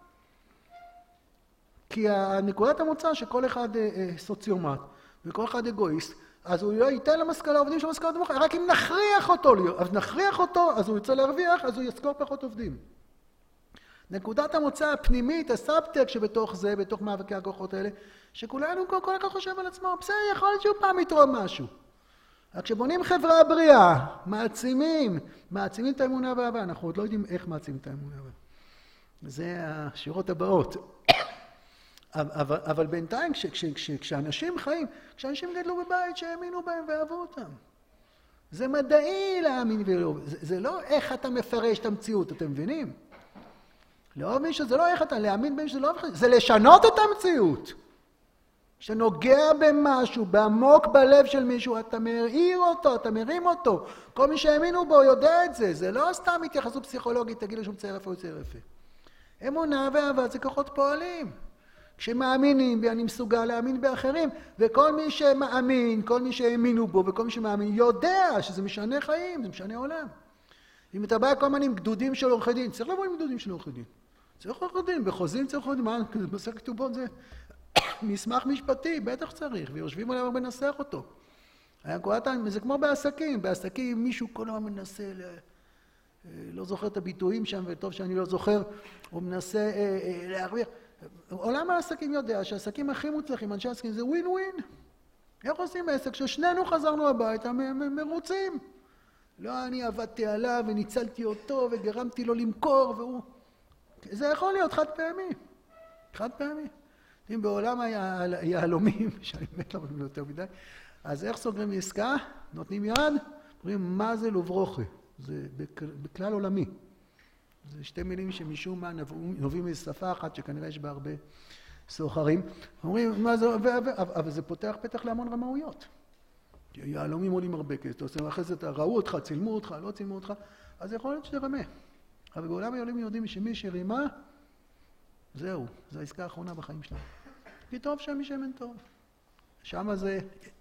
כי הנקודת המוצא שכל אחד סוציומט, וכל אחד אגואיסט, אז הוא לא ייתן למסקנה עובדים של משכורת נמוכה, רק אם נכריח אותו להיות, אז נכריח אותו, אז הוא יצא להרוויח, אז הוא ישכור פחות עובדים. נקודת המוצא הפנימית, הסאבטקסט שבתוך זה, בתוך מאבקי הכוחות האלה, שכולנו כל כך חושב על עצמו, בסדר, יכול להיות שהוא פעם יתרום משהו. רק כשבונים חברה בריאה, מעצימים, מעצימים את האמונה והאהבה, אנחנו עוד לא יודעים איך מעצימים את האמונה והאהבה. זה השירות הבאות. אבל, אבל בינתיים, כש, כש, כש, כשאנשים חיים, כשאנשים גדלו בבית שהאמינו בהם ואהבו אותם. זה מדעי להאמין ולאהוב. זה, זה לא איך אתה מפרש את המציאות, אתם מבינים? לאהוב מישהו זה לא איך אתה, להאמין במישהו זה לא... זה לשנות את המציאות. שנוגע במשהו, בעמוק בלב של מישהו, אתה מאיר אותו, אתה מרים אותו. כל מי שהאמינו בו יודע את זה. זה לא סתם התייחסות פסיכולוגית, תגיד לו שהוא מצייר יפה או מצייר יפה. אמונה ואהבה זה כוחות פועלים. כשמאמינים בי, אני מסוגל להאמין באחרים, וכל מי שמאמין, כל מי שהאמינו בו, וכל מי שמאמין, יודע שזה משנה חיים, זה משנה עולם. אם אתה בא כל מיני גדודים של עורכי דין, צריך לבוא עם גדודים של עורכי דין. צריך עורכי דין, בחוזים צריך עורכי דין, מה, בסך כתובות זה מסמך משפטי, בטח צריך, ויושבים עליו ומנסח אותו. זה כמו בעסקים, בעסקים מישהו כל הזמן מנסה, לא זוכר את הביטויים שם, וטוב שאני לא זוכר, הוא מנסה להרוויח. עולם העסקים יודע שהעסקים הכי מוצלחים, אנשי העסקים, זה ווין ווין. איך עושים עסק? ששנינו חזרנו הביתה מרוצים. לא אני עבדתי עליו וניצלתי אותו וגרמתי לו למכור והוא... זה יכול להיות חד פעמי. חד פעמי. אם בעולם היהלומים, שאני מת לא מבין יותר מדי, אז איך סוגרים עסקה? נותנים יד, אומרים מה זה לוברוכה. זה בכלל עולמי. זה שתי מילים שמשום מה נובעים משפה אחת שכנראה יש בה הרבה סוחרים. אומרים מה זה, אבל זה פותח פתח להמון רמאויות. יהלומים עולים הרבה כסף, אחרי זה ראו אותך, צילמו אותך, לא צילמו אותך, אז יכול להיות שזה רמה. אבל בעולם היהלומים יודעים שמי שרימה, זהו, זו העסקה האחרונה בחיים שלנו. כי טוב שם משמן טוב. שם זה,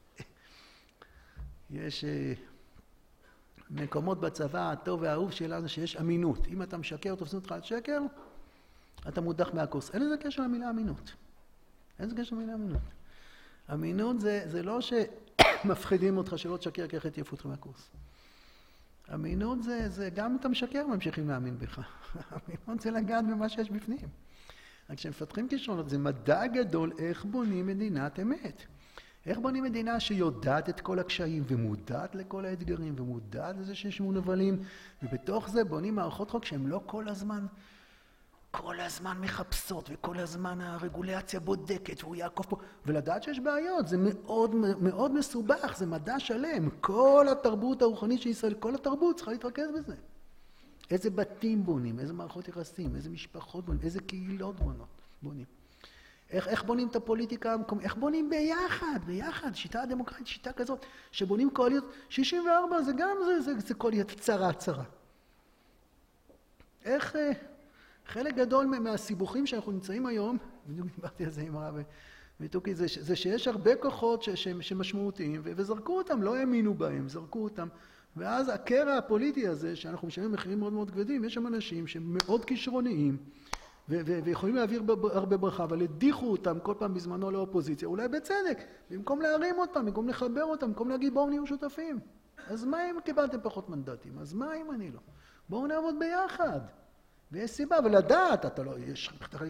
יש מקומות בצבא הטוב והאהוב שלנו שיש אמינות. אם אתה משקר, תופסים אותך על שקר, אתה מודח מהקורס. אין לזה קשר למילה אמינות. אין לזה קשר למילה אמינות. אמינות זה, זה לא שמפחידים אותך שלא תשקר כי אחרת יעיפו אותך מהקורס. אמינות זה, זה גם אתה משקר ממשיכים להאמין בך. אמינות זה לגעת במה שיש בפנים. רק כשמפתחים כישרונות, זה מדע גדול איך בונים מדינת אמת. איך בונים מדינה שיודעת את כל הקשיים ומודעת לכל האתגרים ומודעת לזה שיש מונבלים, ובתוך זה בונים מערכות חוק שהן לא כל הזמן, כל הזמן מחפשות וכל הזמן הרגולציה בודקת והוא יעקב פה, ולדעת שיש בעיות, זה מאוד מאוד מסובך, זה מדע שלם. כל התרבות הרוחנית של ישראל, כל התרבות צריכה להתרכז בזה. איזה בתים בונים, איזה מערכות יחסים, איזה משפחות בונים, איזה קהילות בונות, בונים. איך, איך בונים את הפוליטיקה המקומית, איך בונים ביחד, ביחד, שיטה הדמוקרטית, שיטה כזאת, שבונים קואליות, שישים וארבע זה גם זה, זה, זה קואליות צרה, צרה. איך חלק גדול מהסיבוכים שאנחנו נמצאים היום, בדיוק דיברתי על זה עם הרב מתוקי, זה, זה שיש הרבה כוחות ש, ש, שמשמעותיים, וזרקו אותם, לא האמינו בהם, זרקו אותם, ואז הקרע הפוליטי הזה, שאנחנו משלמים מחירים מאוד מאוד כבדים, יש שם אנשים שמאוד כישרוניים, ו- ו- ויכולים להעביר הרבה ברכה, אבל הדיחו אותם כל פעם בזמנו לאופוזיציה, אולי בצדק, במקום להרים אותם, במקום לחבר אותם, במקום להגיד בואו נהיו שותפים. אז מה אם קיבלתם פחות מנדטים? אז מה אם אני לא? בואו נעבוד ביחד. ויש סיבה, ולדעת, אתה לא, יש,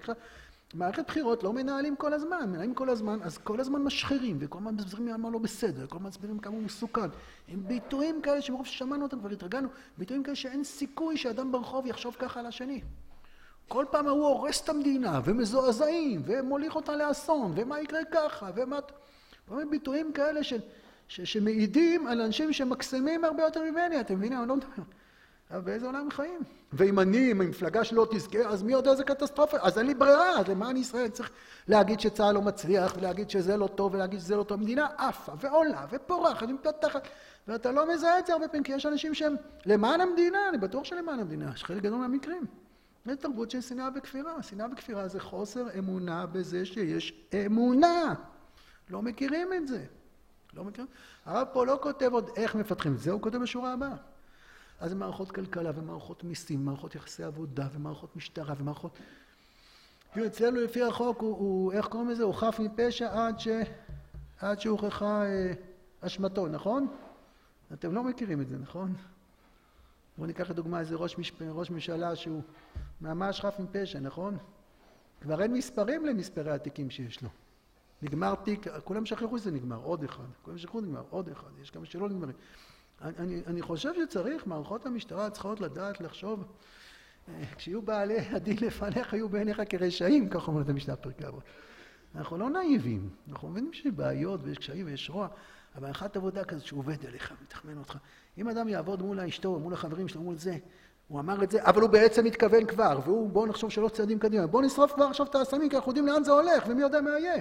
מערכת בחירות לא מנהלים כל הזמן, מנהלים כל הזמן, אז כל הזמן משחרים, וכל הזמן מסבירים מה לא בסדר, כל הזמן מסבירים כמה הוא מסוכן. עם ביטויים כאלה שמרוב ששמענו אותם כבר התרגלנו, ביטויים כאלה שאין סיכוי שאדם ברחוב יחשוב ככה על השני. כל פעם הוא הורס את המדינה, ומזועזעים, ומוליך אותה לאסון, ומה יקרה ככה, ומה... פעמים ביטויים כאלה ש... ש... שמעידים על אנשים שמקסמים הרבה יותר ממני, אתם מבינים? אני לא מדבר. אבל באיזה עולם חיים? ואם אני, אם המפלגה שלא תזכה, אז מי יודע איזה קטסטרופה? אז אין לי ברירה, אז למען ישראל צריך להגיד שצה"ל לא מצליח, ולהגיד שזה לא טוב, ולהגיד שזה לא טוב. המדינה עפה, ועולה, ופורחת, ומפתחת, ואתה לא מזהה את זה הרבה פעמים, כי יש אנשים שהם למען המדינה, אני בטוח שלמען המדינה, יש חלק גדול מהמקרים. זה תרבות של שנאה וכפירה. שנאה וכפירה זה חוסר אמונה בזה שיש אמונה. לא מכירים את זה. לא מכירים. הרב פה לא כותב עוד איך מפתחים את זה, הוא כותב בשורה הבאה. אז זה מערכות כלכלה ומערכות מיסים, מערכות יחסי עבודה ומערכות משטרה ומערכות... אצלנו לפי החוק הוא, הוא איך קוראים לזה? הוא חף מפשע עד ש... עד שהוכחה אה, אשמתו, נכון? אתם לא מכירים את זה, נכון? בואו ניקח לדוגמה איזה ראש, משפ... ראש ממשלה שהוא ממש חף מפשע, נכון? כבר אין מספרים למספרי התיקים שיש לו. נגמר תיק, כולם שכחו שזה נגמר, עוד אחד. כולם שכחו נגמר, עוד אחד. יש כמה שלא נגמרים. אני, אני חושב שצריך, מערכות המשטרה צריכות לדעת, לחשוב, כשיהיו בעלי הדין לפניך, יהיו בעיניך כרשעים, כך אומרת המשנה פרקי אבות. אנחנו לא נאיבים, אנחנו מבינים שיש בעיות ויש קשיים ויש רוע, אבל אחת עבודה כזאת שהוא עובד עליך, מתחמן אותך. אם אדם יעבוד מול האשתו, מול החברים שלו, מול זה, הוא אמר את זה, אבל הוא בעצם מתכוון כבר, והוא, בואו נחשוב שלא צעדים קדימה, בואו נשרוף כבר עכשיו את האסמים, כי אנחנו יודעים לאן זה הולך, ומי יודע מה יהיה.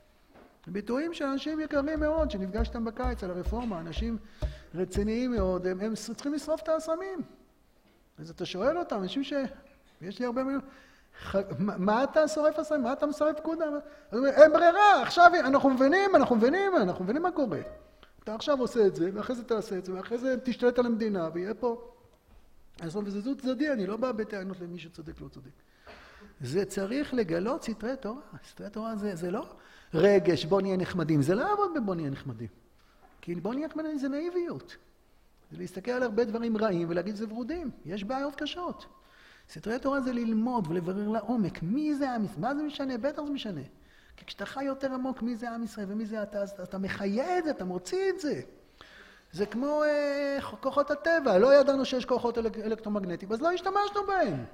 ביטויים של אנשים יקרים מאוד, שנפגשתם בקיץ על הרפורמה, אנשים רציניים מאוד, הם, הם צריכים לשרוף את האסמים. אז אתה שואל אותם, אנשים ש... יש לי הרבה מילים, ח... מה, מה אתה שורף אסמים? מה אתה משרף פקודה? אז אין ברירה, עכשיו אנחנו מבינים, אנחנו מבינים, אנחנו מבינים מה קורה. אתה עכשיו עושה את זה, ואחרי זה תעשה את זה, ואחרי זה תשתלט על המדינה, ויהיה פה... אז זה זו צדדי, אני לא בא בטענות למי שצודק לא צודק. זה צריך לגלות סתרי תורה. סתרי תורה זה, זה לא רגש, בוא נהיה נחמדים. זה לא יעבוד בבוא נהיה נחמדים. כי בוא נהיה נחמדים זה נאיביות. זה להסתכל על הרבה דברים רעים ולהגיד זה ורודים. יש בעיות קשות. סתרי תורה זה ללמוד ולברר לעומק. מי זה עם ישראל? מה זה משנה? בטח זה משנה. כי כשאתה חי יותר עמוק מי זה עם ישראל ומי זה אתה, אז אתה מחיה את זה, אתה מוציא את זה. זה כמו אה, כוחות הטבע, לא ידענו שיש כוחות אלק, אלקטרומגנטיים, אז לא השתמשנו בהם.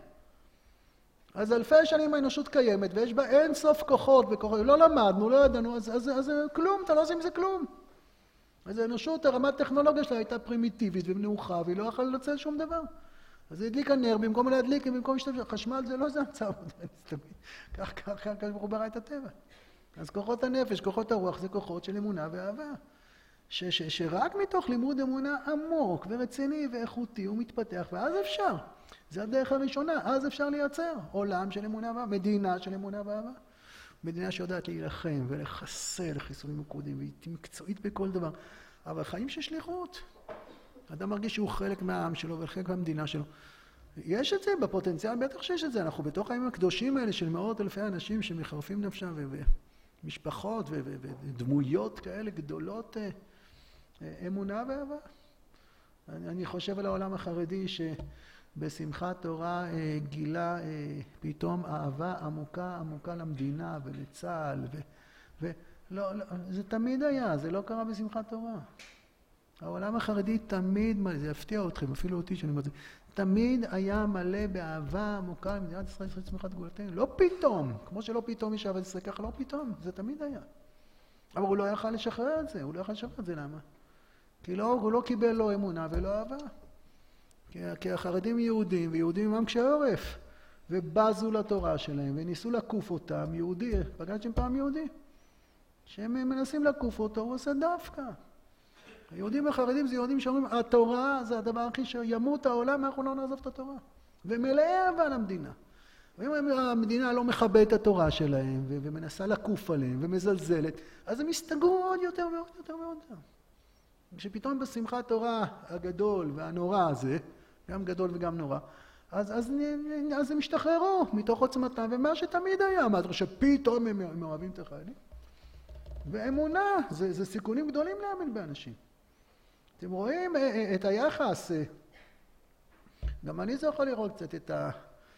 אז אלפי שנים האנושות קיימת, ויש בה אין סוף כוחות וכוחות, לא למדנו, לא ידענו, אז, אז, אז כלום, אתה לא עושה עם זה כלום. אז האנושות, הרמת טכנולוגיה שלה הייתה פרימיטיבית ומנוחה, והיא לא יכולה לנצל שום דבר. אז זה הדליק הנר, במקום להדליק, במקום להשתמש, חשמל זה לא זה המצב, כך, כך, כך, כך ברוך הוא ברא את הטבע. אז כוחות הנפש, כוחות הרוח, זה כוחות של אמונה ואהבה. ש, ש, שרק מתוך לימוד אמונה עמוק ורציני ואיכותי הוא מתפתח, ואז אפשר. זה הדרך הראשונה, אז אפשר לייצר עולם של אמונה ואהבה, מדינה של אמונה ואהבה. מדינה שיודעת להילחם ולחסל חיסולים מקודמים, והיא מקצועית בכל דבר. אבל חיים של שליחות. אדם מרגיש שהוא חלק מהעם שלו וחלק מהמדינה שלו. יש את זה בפוטנציאל, בטח שיש את זה. אנחנו בתוך הימים הקדושים האלה של מאות אלפי אנשים שמחרפים נפשם, ומשפחות ודמויות כאלה גדולות, אמונה ואהבה. אני חושב על העולם החרדי שבשמחת תורה גילה פתאום אהבה עמוקה עמוקה למדינה ולצה"ל, ולא, לא, זה תמיד היה, זה לא קרה בשמחת תורה. העולם החרדי תמיד, זה יפתיע אתכם, אפילו אותי שאני אומר את זה, תמיד היה מלא באהבה עמוקה למדינת ישראל של צמיחת גאולתנו. לא פתאום, כמו שלא פתאום יש אהבת ישראל, ככה לא פתאום, זה תמיד היה. אבל הוא לא יכל לשחרר את זה, הוא לא יכל לשחרר את זה, למה? כי לא, הוא לא קיבל לא אמונה ולא אהבה. כי, כי החרדים יהודים, ויהודים הם קשי עורף, ובזו לתורה שלהם, וניסו לקוף אותם, יהודי, פגשתם פעם יהודי? שהם מנסים לקוף אותו, הוא עושה דווקא. היהודים החרדים זה יהודים שאומרים, התורה זה הדבר הכי שימות העולם, אנחנו לא נעזוב את התורה. ומלאי אהבה למדינה. ואם המדינה לא מכבדת את התורה שלהם, ומנסה לקוף עליהם, ומזלזלת, אז הם יסתגרו עוד יותר ועוד יותר ועוד יותר. כשפתאום בשמחת תורה הגדול והנורא הזה, גם גדול וגם נורא, אז, אז, אז הם השתחררו מתוך עוצמתם, ומה שתמיד היה, מה אתה חושב, פתאום הם, הם אוהבים את החיילים? ואמונה, זה, זה סיכונים גדולים להאמין באנשים. אתם רואים את היחס, גם אני זה יכול לראות קצת את, ה,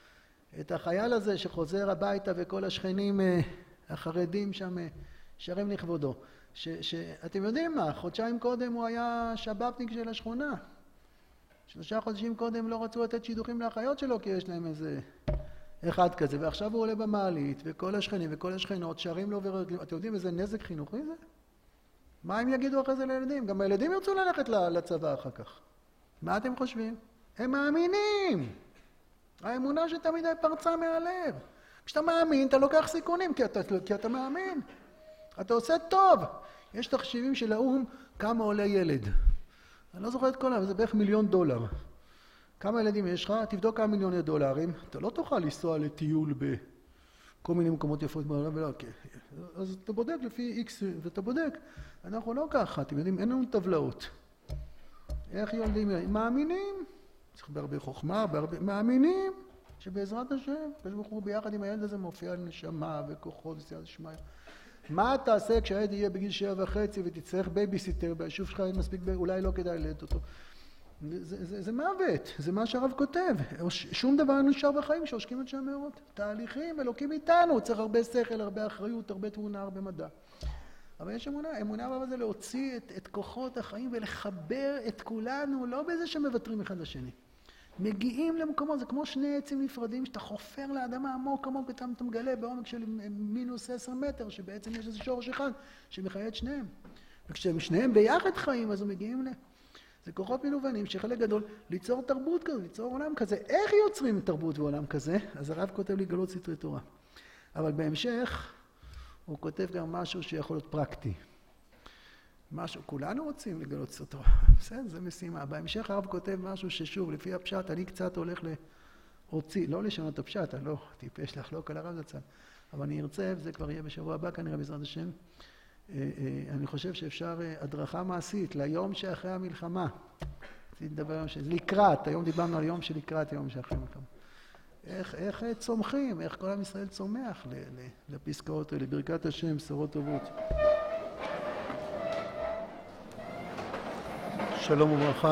את החייל הזה שחוזר הביתה וכל השכנים החרדים שם שרים לכבודו. ש, שאתם יודעים מה, חודשיים קודם הוא היה שבאבניק של השכונה. שלושה חודשים קודם לא רצו לתת שידוכים לאחיות שלו כי יש להם איזה אחד כזה, ועכשיו הוא עולה במעלית וכל השכנים וכל השכנות שרים לו ורגלים. אתם יודעים איזה נזק חינוכי זה? מה הם יגידו אחרי זה לילדים? גם הילדים ירצו ללכת לצבא אחר כך. מה אתם חושבים? הם מאמינים. האמונה שתמיד פרצה מהלב. כשאתה מאמין אתה לוקח סיכונים כי אתה, כי אתה מאמין. אתה עושה טוב. יש תחשיבים של האום כמה עולה ילד. אני לא זוכר את כל, אבל זה בערך מיליון דולר. כמה ילדים יש לך? תבדוק כמה מיליוני דולרים. אתה לא תוכל לנסוע לטיול בכל מיני מקומות יפות בעולם, ולא, כן. אז אתה בודק לפי איקס, ואתה בודק. אנחנו לא ככה, אתם יודעים, אין לנו טבלאות. איך ילדים מאמינים? צריך בהרבה חוכמה, בהרבה... מאמינים שבעזרת השם, כשבחור ביחד עם הילד הזה מופיע על נשמה וכוחות וסייעת שמיה. מה תעשה כשהילד יהיה בגיל שבע וחצי ותצטרך בייביסיטר ביישוב שלך, מספיק, אולי לא כדאי ללדת אותו. זה, זה, זה מוות, זה מה שהרב כותב. שום דבר נשאר בחיים שעושקים את שם מאוד. תהליכים, אלוקים איתנו, צריך הרבה שכל, הרבה אחריות, הרבה תבונה, הרבה מדע. אבל יש אמונה, אמונה הבאה זה להוציא את, את כוחות החיים ולחבר את כולנו, לא בזה שמוותרים אחד לשני. מגיעים למקומות, זה כמו שני עצים נפרדים שאתה חופר לאדמה עמוק עמוק ואתה מגלה בעומק של מינוס עשר מטר, שבעצם יש איזה שורש אחד שמחיה את שניהם. וכשהם שניהם ביחד חיים, אז הם מגיעים ל... זה כוחות מנוונים שחלק גדול ליצור תרבות כזו, ליצור עולם כזה. איך יוצרים תרבות ועולם כזה? אז הרב כותב לי גלות סתרי תורה. אבל בהמשך הוא כותב גם משהו שיכול להיות פרקטי. משהו, כולנו רוצים לגלות סתרי תורה. בסדר, זה משימה. בהמשך הרב כותב משהו ששוב, לפי הפשט, אני קצת הולך להוציא, לא לשנות את הפשט, אני לא טיפש לחלוק על הרב זצ"ל, אבל אני ארצה, וזה כבר יהיה בשבוע הבא כנראה בעזרת השם, אני חושב שאפשר הדרכה מעשית ליום שאחרי המלחמה. נדבר לקראת, היום דיברנו על יום שלקראת, יום שאחרי המלחמה. איך, איך צומחים, איך כל עם ישראל צומח לפסקאות, לברכת השם, בשורות טובות. שלום וברכה.